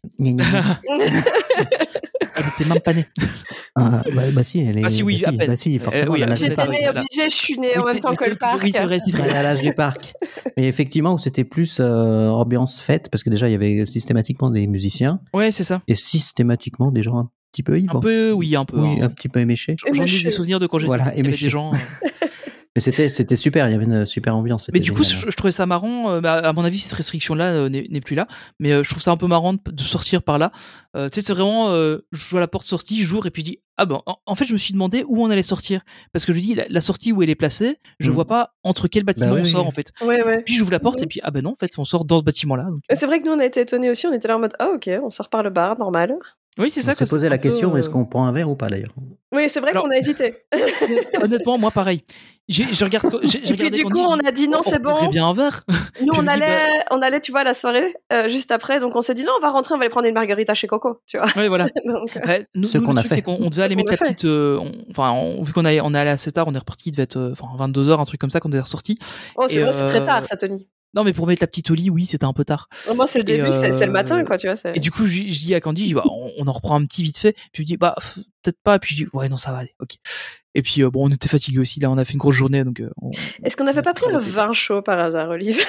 T'es même pas née.
Bah si, elle est.
Ah si, oui, à peine.
Bah si, forcément.
J'étais née obligée, je suis née en même temps que le parc.
Oui, c'est vrai.
À l'âge du parc. Mais effectivement, où c'était plus ambiance fête, parce que déjà, il y avait systématiquement des musiciens.
Ouais, c'est ça.
Et systématiquement des gens un petit peu ivres.
Un peu, oui, un peu.
Oui, un petit peu éméchés.
J'en ai des souvenirs de quand j'étais.
Voilà,
il y avait des gens.
Mais c'était super, il y avait une super ambiance.
Mais du coup, je trouvais ça marrant. À mon avis, cette restriction-là n'est plus là. Mais je trouve ça un peu marrant de sortir par là. Tu sais, c'est vraiment, je vois la porte sortie, j'ouvre et puis je dis, ah ben, en fait, je me suis demandé où on allait sortir. Parce que je dis, la sortie où elle est placée, je vois pas entre quel bâtiment on sort, en fait.
Ouais.
Puis j'ouvre la porte et puis, ah ben non, en fait, on sort dans ce bâtiment-là. Donc...
C'est vrai que nous, on a été étonnés aussi. On était là en mode, ah ok, on sort par le bar, normal.
Oui, c'est ça.
On s'est posé la question, est-ce qu'on prend un verre ou pas d'ailleurs?
Oui, c'est vrai qu'on a hésité.
Honnêtement, moi pareil. J'ai regardé.
Et puis du coup, on a dit non, c'est bon.
On bien un verre.
Nous, on allait, tu vois, à la soirée juste après, donc on s'est dit non, on va rentrer, on va aller prendre une margarita chez Coco, tu vois.
Oui, voilà.
Donc,
nous, le truc, c'est qu'on devait aller mettre la petite. Vu qu'on est allé assez tard, on est reparti, il devait être 22h, un truc comme ça, qu'on est ressorti.
Oh, c'est vrai, c'est très tard, ça, Tony.
Non, mais pour mettre la petite au lit, oui, c'était un peu tard.
Moi, c'est le début, c'est le matin, quoi, tu vois.
Et du coup, je dis à Candy, on en reprend un petit vite fait. Puis je dis, peut-être pas. Et puis je dis, ouais, non, ça va aller, ok. Et puis, on était fatigués aussi, là, on a fait une grosse journée, donc.
Est-ce qu'on n'avait pas pris le vin chaud par hasard, Olive?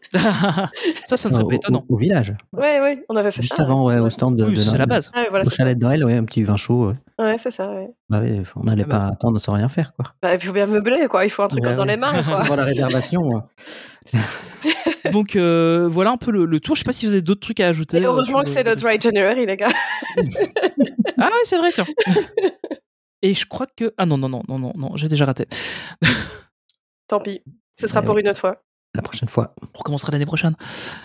Ça ne serait pas étonnant.
Au village.
Ouais, on avait fait
juste
ça.
Juste avant, au stand de
Noël. C'est la base.
Ouais, voilà,
au chalet de Noël, un petit vin chaud.
Ouais, c'est ça, ouais.
Bah oui, on n'allait pas attendre sans rien faire, quoi.
Bah, il faut bien meubler, quoi. Il faut un truc dans les mains, quoi.
Pour la réservation.
Donc voilà un peu le tour. Je sais pas si vous avez d'autres trucs à ajouter.
Et heureusement que c'est le Dry January, les gars.
Ah ouais, c'est vrai, tiens. Et je crois que non, j'ai déjà raté.
Tant pis, ce sera pour une autre fois.
La prochaine fois.
On recommencera l'année prochaine.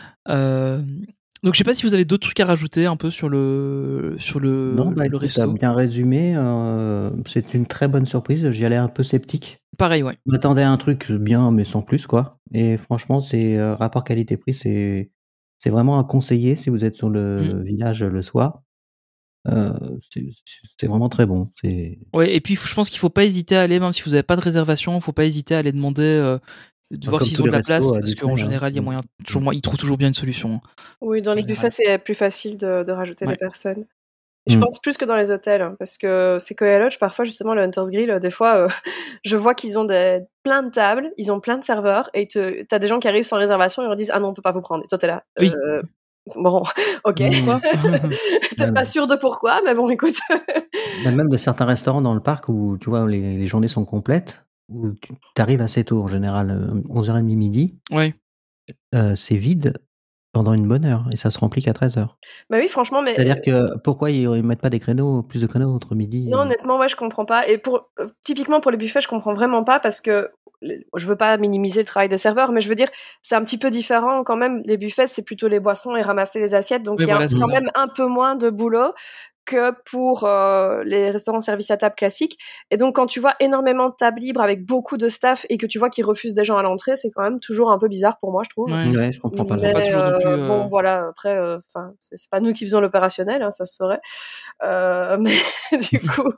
Donc je sais pas si vous avez d'autres trucs à rajouter un peu sur le resto.
T'as bien résumé. C'est une très bonne surprise. J'y allais un peu sceptique.
Pareil, ouais.
Je m'attendais à un truc bien, mais sans plus, quoi. Et franchement, c'est rapport qualité-prix, c'est vraiment à conseiller si vous êtes sur le village le soir. C'est vraiment très bon.
Ouais, et puis je pense qu'il faut pas hésiter à aller, même si vous n'avez pas de réservation, faut pas hésiter à aller demander de voir s'ils ont de la place, parce qu'en général, il y a moyen, ils trouvent toujours bien une solution.
Oui, dans les buffets, c'est plus facile de rajouter des personnes. Et je pense plus que dans les hôtels, hein, parce que c'est Koya Lodge, parfois justement le Hunter's Grill, des fois, je vois qu'ils ont plein de tables, ils ont plein de serveurs, et t'as des gens qui arrivent sans réservation, et ils leur disent ah non, on peut pas vous prendre. Et toi t'es là.
Oui.
Bon, ok. T'es pas sûr de pourquoi, mais bon, écoute.
Il y a même de certains restaurants dans le parc où tu vois les journées sont complètes, où tu arrives assez tôt en général, 11h30 midi.
Oui.
C'est vide pendant une bonne heure et ça se remplit qu'à 13h.
Bah oui, franchement, mais.
C'est-à-dire que pourquoi ils mettent pas plus de créneaux entre midi
Non, honnêtement, ouais, je comprends pas. Et typiquement pour les buffets, je comprends vraiment pas parce que je veux pas minimiser le travail des serveurs, mais je veux dire, c'est un petit peu différent quand même. Les buffets, c'est plutôt les boissons et ramasser les assiettes, donc il y a quand même un peu moins de boulot que pour les restaurants service à table classiques. Et donc, quand tu vois énormément de tables libres avec beaucoup de staff et que tu vois qu'ils refusent des gens à l'entrée, c'est quand même toujours un peu bizarre pour moi, je trouve.
Ouais, je comprends pas.
Mais,
pas toujours
non plus,
bon, voilà, après, c'est pas nous qui faisons l'opérationnel, hein, ça se saurait. Mais du coup...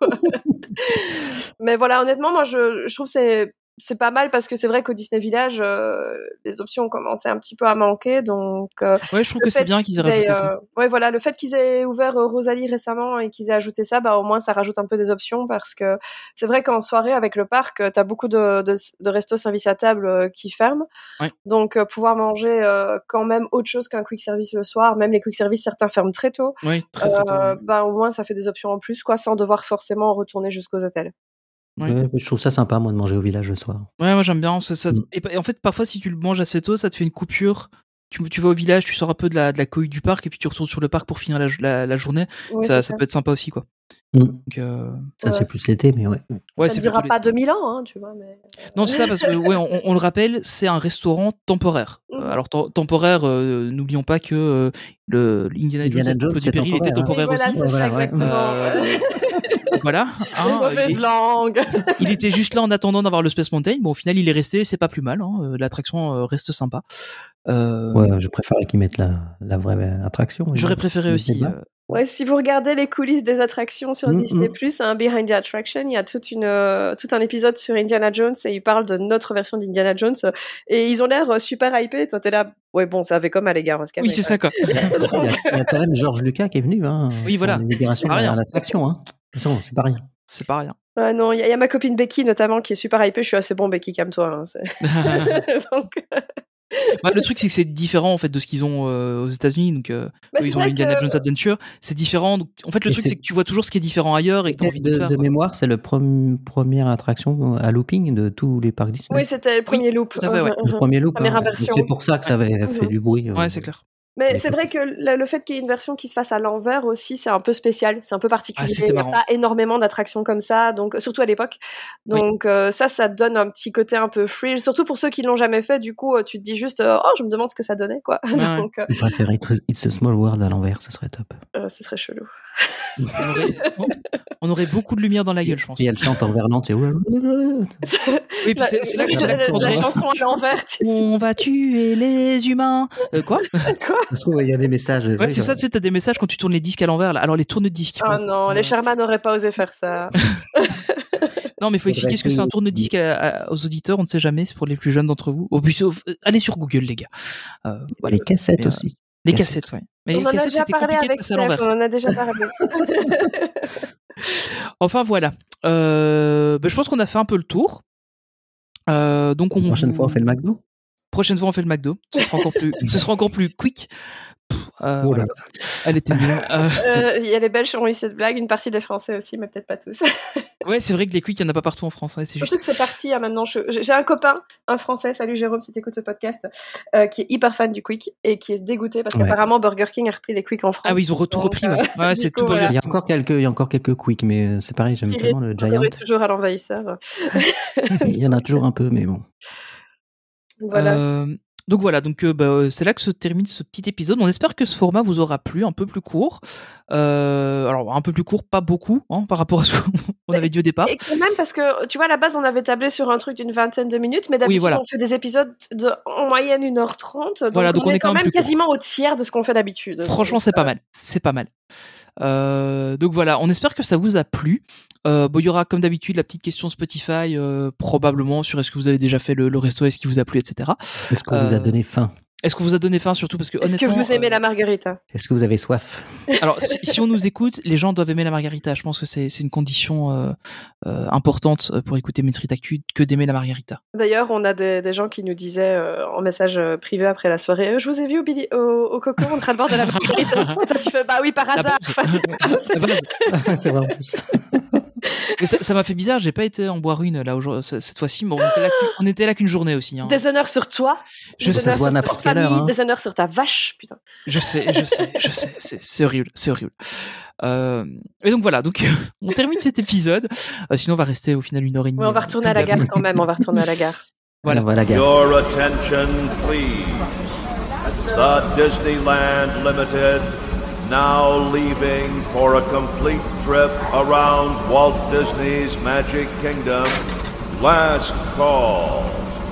mais voilà, honnêtement, moi, je trouve que c'est pas mal parce que c'est vrai qu'au Disney Village, les options ont commencé un petit peu à manquer, donc.
Ouais, je trouve que c'est bien qu'ils aient rajouté ça.
Ouais, voilà, le fait qu'ils aient ouvert Rosalie récemment et qu'ils aient ajouté ça, bah au moins ça rajoute un peu des options parce que c'est vrai qu'en soirée avec le parc, t'as beaucoup de restos service à table qui ferment, donc pouvoir manger quand même autre chose qu'un quick service le soir, même les quick service certains ferment très tôt.
Oui, très tôt.
Bah au moins ça fait des options en plus, quoi, sans devoir forcément retourner jusqu'aux hôtels.
Ouais, je trouve ça sympa, moi, de manger au village le soir.
Ouais, moi j'aime bien. Et en fait, parfois, si tu le manges assez tôt, ça te fait une coupure. Tu vas au village, tu sors un peu de la cohue du parc et puis tu retournes sur le parc pour finir la journée.
Oui,
ça peut être sympa aussi, quoi.
Donc, ça, c'est plus l'été, mais ouais.
Ça ne durera pas 2000 ans, hein, tu vois. Mais...
Non, c'est ça, parce que, on le rappelle, c'est un restaurant temporaire. Alors, temporaire, n'oublions pas que Indiana Jones Petit Péril était temporaire aussi.
Voilà, c'est ça, exactement.
Voilà.
Mauvaise langue.
Il était juste là en attendant d'avoir le Space Mountain. Bon, au final, il est resté, c'est pas plus mal. Hein. L'attraction reste sympa.
Ouais, je préférais qu'ils mettent la vraie attraction.
J'aurais préféré aussi.
Ouais, si vous regardez les coulisses des attractions sur Disney+, un Behind the Attraction, il y a tout un épisode sur Indiana Jones et ils parlent de notre version d'Indiana Jones et ils ont l'air super hypés. Toi, t'es là, ouais bon, ça avait comme à les gars, on va se calmer.
Oui, c'est ça quoi.
Il y a quand même George Lucas qui est venu. Hein,
oui, voilà.
L'immigration à l'attraction. Hein. C'est pas rien.
C'est pas rien.
Non, il y a ma copine Becky notamment qui est super hypée. Je suis assez bon, Becky, calme-toi. Hein, donc...
Bah, le truc c'est que c'est différent en fait de ce qu'ils ont aux États-Unis, donc ils ont Indiana Jones Adventure, c'est différent. Donc, en fait, le truc c'est que tu vois toujours ce qui est différent ailleurs et que t'as envie de faire.
De mémoire, c'est le première attraction à looping de tous les parcs Disney.
Oui, c'était le premier loop.
Tout à fait, ouais.
Le premier loop.
Première version.
C'est pour ça que ça avait fait du bruit.
Ouais, c'est clair.
Mais c'est vrai que le fait qu'il y ait une version qui se fasse à l'envers aussi, c'est un peu spécial, c'est un peu particulier. Il n'y a pas énormément d'attractions comme ça, donc surtout à l'époque. Donc ça donne un petit côté un peu free, surtout pour ceux qui l'ont jamais fait. Du coup, tu te dis juste, je me demande ce que ça donnait, quoi. Donc,
je préférerais It's a Small World à l'envers, ce serait top.
Ce serait chelou.
On aurait beaucoup de lumière dans la gueule, je pense.
Et elle chante en verlan, c'est. Oui,
puis c'est là que
la chanson à l'envers. Tu sais.
On va tuer les humains. Quoi?
Ça se trouve, il y a des messages.
Ouais, c'est ça, tu sais, t'as des messages quand tu tournes les disques à l'envers, là. Alors, les tourne-disques.
Oh non, les Sherman n'auraient pas osé faire ça.
Non, mais il faut expliquer ce que c'est un tourne-disque aux auditeurs, on ne sait jamais, c'est pour les plus jeunes d'entre vous. Allez sur Google, les gars.
Voilà. Les cassettes aussi.
Les cassettes, ouais. Mais
on en a déjà parlé avec Steph, on en a déjà parlé.
Enfin, voilà. Je pense qu'on a fait un peu le tour. Donc
La prochaine fois, on fait le McDo.
Prochaine fois, on fait le McDo. Ce sera encore plus quick. Voilà. Elle était nulle.
Il y a les Belges qui ont eu cette blague, une partie des Français aussi, mais peut-être pas tous.
Ouais, c'est vrai que les quick, il n'y en a pas partout en France. Ouais,
Surtout que c'est parti maintenant. J'ai un copain, un Français, salut Jérôme si t'écoutes ce podcast, qui est hyper fan du quick et qui est dégoûté parce qu'apparemment Burger King a repris les quick en France.
Ah oui, ils ont tout repris. Ouais, c'est tout.
Voilà.
Il y a encore quelques quick, mais c'est pareil, j'aime tellement le Giant.
Toujours à l'envahisseur.
Il y en a toujours un peu, mais bon.
Voilà.
Donc voilà, c'est là que se termine ce petit épisode. On espère que ce format vous aura plu, un peu plus court. Alors un peu plus court, pas beaucoup, hein, par rapport à ce qu'on avait dit au départ.
Et quand même parce que tu vois, à la base on avait tablé sur un truc d'une vingtaine de minutes, mais d'habitude on fait des épisodes en moyenne 1h30. Donc, on est quand même quasiment au tiers de ce qu'on fait d'habitude.
Franchement, c'est pas mal. C'est pas mal. Donc voilà, on espère que ça vous a plu. Bon, il y aura comme d'habitude la petite question Spotify, probablement sur est-ce que vous avez déjà fait le resto, est-ce qu'il vous a plu, etc.
Est-ce qu'on vous a donné faim?
Est-ce que vous a donné faim surtout parce que
Est-ce que vous aimez la margarita?
Est-ce que vous avez soif?
Alors, si on nous écoute, les gens doivent aimer la margarita. Je pense que c'est une condition importante pour écouter Main Street Actu que d'aimer la margarita.
D'ailleurs, on a des gens qui nous disaient en message privé après la soirée, je vous ai vu au Coco en train de boire de la margarita. Toi, tu fais, bah oui, par hasard.
C'est vrai en plus.
Ça m'a fait bizarre, j'ai pas été en boire une là cette fois-ci, mais on était là qu'une journée aussi. Hein.
Des honneurs sur toi.
Je sais, vois n'importe quelle heure. Hein.
Des honneurs sur ta vache, putain.
Je sais, c'est horrible. Et donc voilà, on termine cet épisode. Sinon, on va rester au final 1h30.
Ouais, on va retourner à la gare quand même, Voilà.
On va à la gare.
Your attention, please. The Disneyland Limited now leaving for a complete trip around Walt Disney's Magic Kingdom. Last call.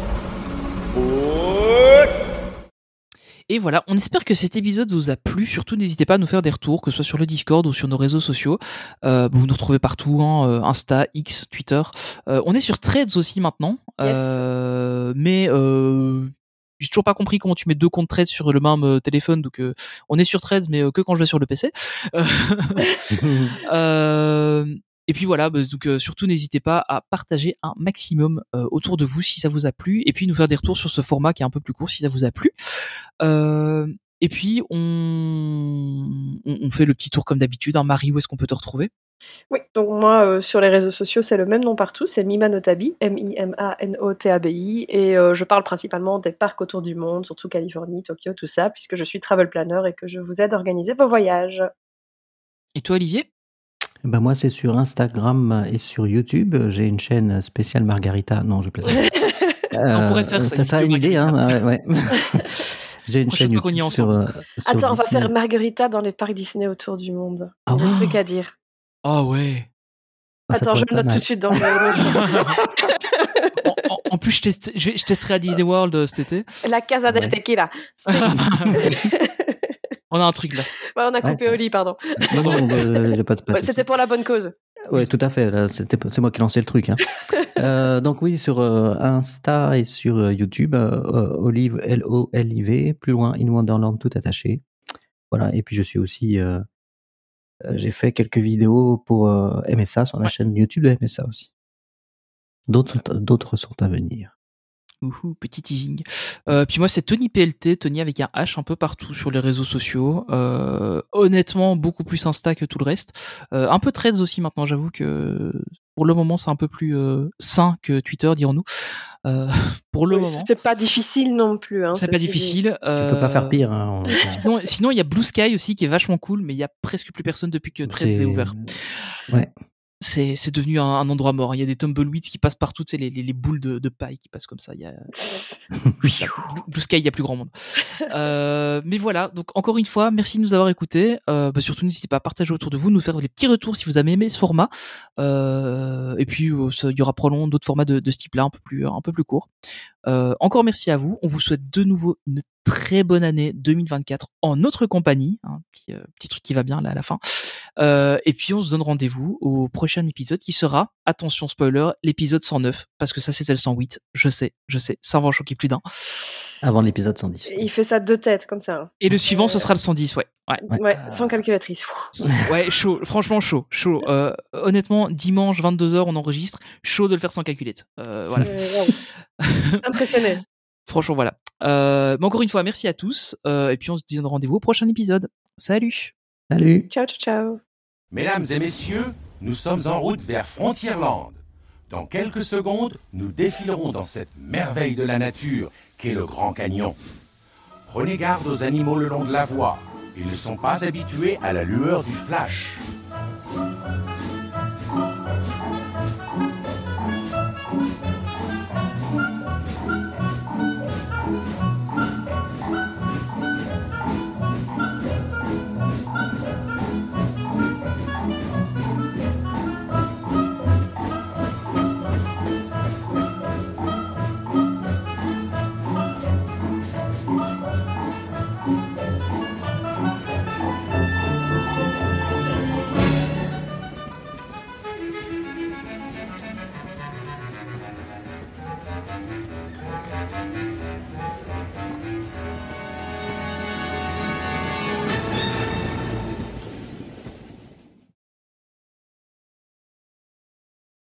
Et voilà, on espère que cet épisode vous a plu. Surtout, n'hésitez pas à nous faire des retours, que ce soit sur le Discord ou sur nos réseaux sociaux. Vous nous retrouvez partout, hein, Insta, X, Twitter. On est sur Threads aussi maintenant.
Yes.
Mais j'ai toujours pas compris comment tu mets 2 comptes Threads sur le même téléphone. Donc, on est sur Threads, mais que quand je vais sur le PC. Et puis voilà, donc surtout n'hésitez pas à partager un maximum autour de vous si ça vous a plu, et puis nous faire des retours sur ce format qui est un peu plus court si ça vous a plu. Et puis on fait le petit tour comme d'habitude. Hein. Marie, où est-ce qu'on peut te retrouver?
Oui, donc moi sur les réseaux sociaux c'est le même nom partout, c'est Mimanotabi, Mimanotabi, et je parle principalement des parcs autour du monde, surtout Californie, Tokyo, tout ça, puisque je suis travel planner et que je vous aide à organiser vos voyages. Et
toi Olivier?
Ben moi, c'est sur Instagram et sur YouTube. J'ai une chaîne spéciale Margarita. Non, je plaisante.
On pourrait faire ça.
Ça serait une idée, hein. Ouais. J'ai une chaîne YouTube sur
Attends, on va
Disney.
faire Margarita dans les parcs Disney autour du monde.
Ah
Il y a
ouais.
des trucs à dire.
Ah ouais.
Attends, je le note tout de suite dans le
En plus, je testerai à Disney World cet été.
La Casa del Tequila.
On a un truc là.
Ouais, on a coupé Oli, pardon.
Non, j'ai pas de
c'était pour la bonne cause.
Oui, tout à fait. Là, c'est moi qui ai lancé le truc. Hein. Donc oui, sur Insta et sur YouTube, Olive, Loliv, plus loin, In Wonderland, tout attaché. Voilà. Et puis je suis aussi... j'ai fait quelques vidéos pour MSA, sur la chaîne YouTube de MSA aussi. D'autres sont à venir.
Petit teasing. Puis moi c'est Tony PLT, Tony avec un H un peu partout sur les réseaux sociaux. Honnêtement beaucoup plus Insta que tout le reste. Un peu Threads aussi maintenant, j'avoue que pour le moment c'est un peu plus sain que Twitter, dirons-nous. Pour le moment.
C'est pas difficile non plus. Hein,
c'est pas difficile.
Tu peux pas faire pire. Hein,
sinon il y a Blue Sky aussi qui est vachement cool, mais il y a presque plus personne depuis que Threads est ouvert.
Ouais.
C'est devenu un endroit mort. Il y a des tumbleweeds qui passent partout, tu sais, les boules de paille qui passent comme ça. Il y a Blue Sky, il y a plus grand monde. Mais voilà. Donc encore une fois, merci de nous avoir écoutés. Surtout n'hésitez pas à partager autour de vous, nous faire des petits retours si vous avez aimé ce format. Et puis il y aura probablement d'autres formats de ce type-là, un peu plus court. Encore merci à vous. On vous souhaite de nouveau une très bonne année 2024 en notre compagnie. Un petit truc qui va bien là à la fin. Et puis on se donne rendez-vous au prochain épisode qui sera, attention spoiler, l'épisode 109, parce que ça c'était le 108, je sais, ça va en choquer plus d'un.
Avant l'épisode 110.
Il fait ça de tête comme ça.
Et le suivant ce sera le 110, ouais.
Sans calculatrice.
Ouais, chaud, franchement chaud. Honnêtement, dimanche 22h on enregistre, chaud de le faire sans calculette. Voilà.
Impressionné.
Franchement voilà. Mais encore une fois, merci à tous, et puis on se donne rendez-vous au prochain épisode. Salut.
Ciao, ciao, ciao.
Mesdames et messieurs, nous sommes en route vers Frontierland. Dans quelques secondes, nous défilerons dans cette merveille de la nature qu'est le Grand Canyon. Prenez garde aux animaux le long de la voie. Ils ne sont pas habitués à la lueur du flash.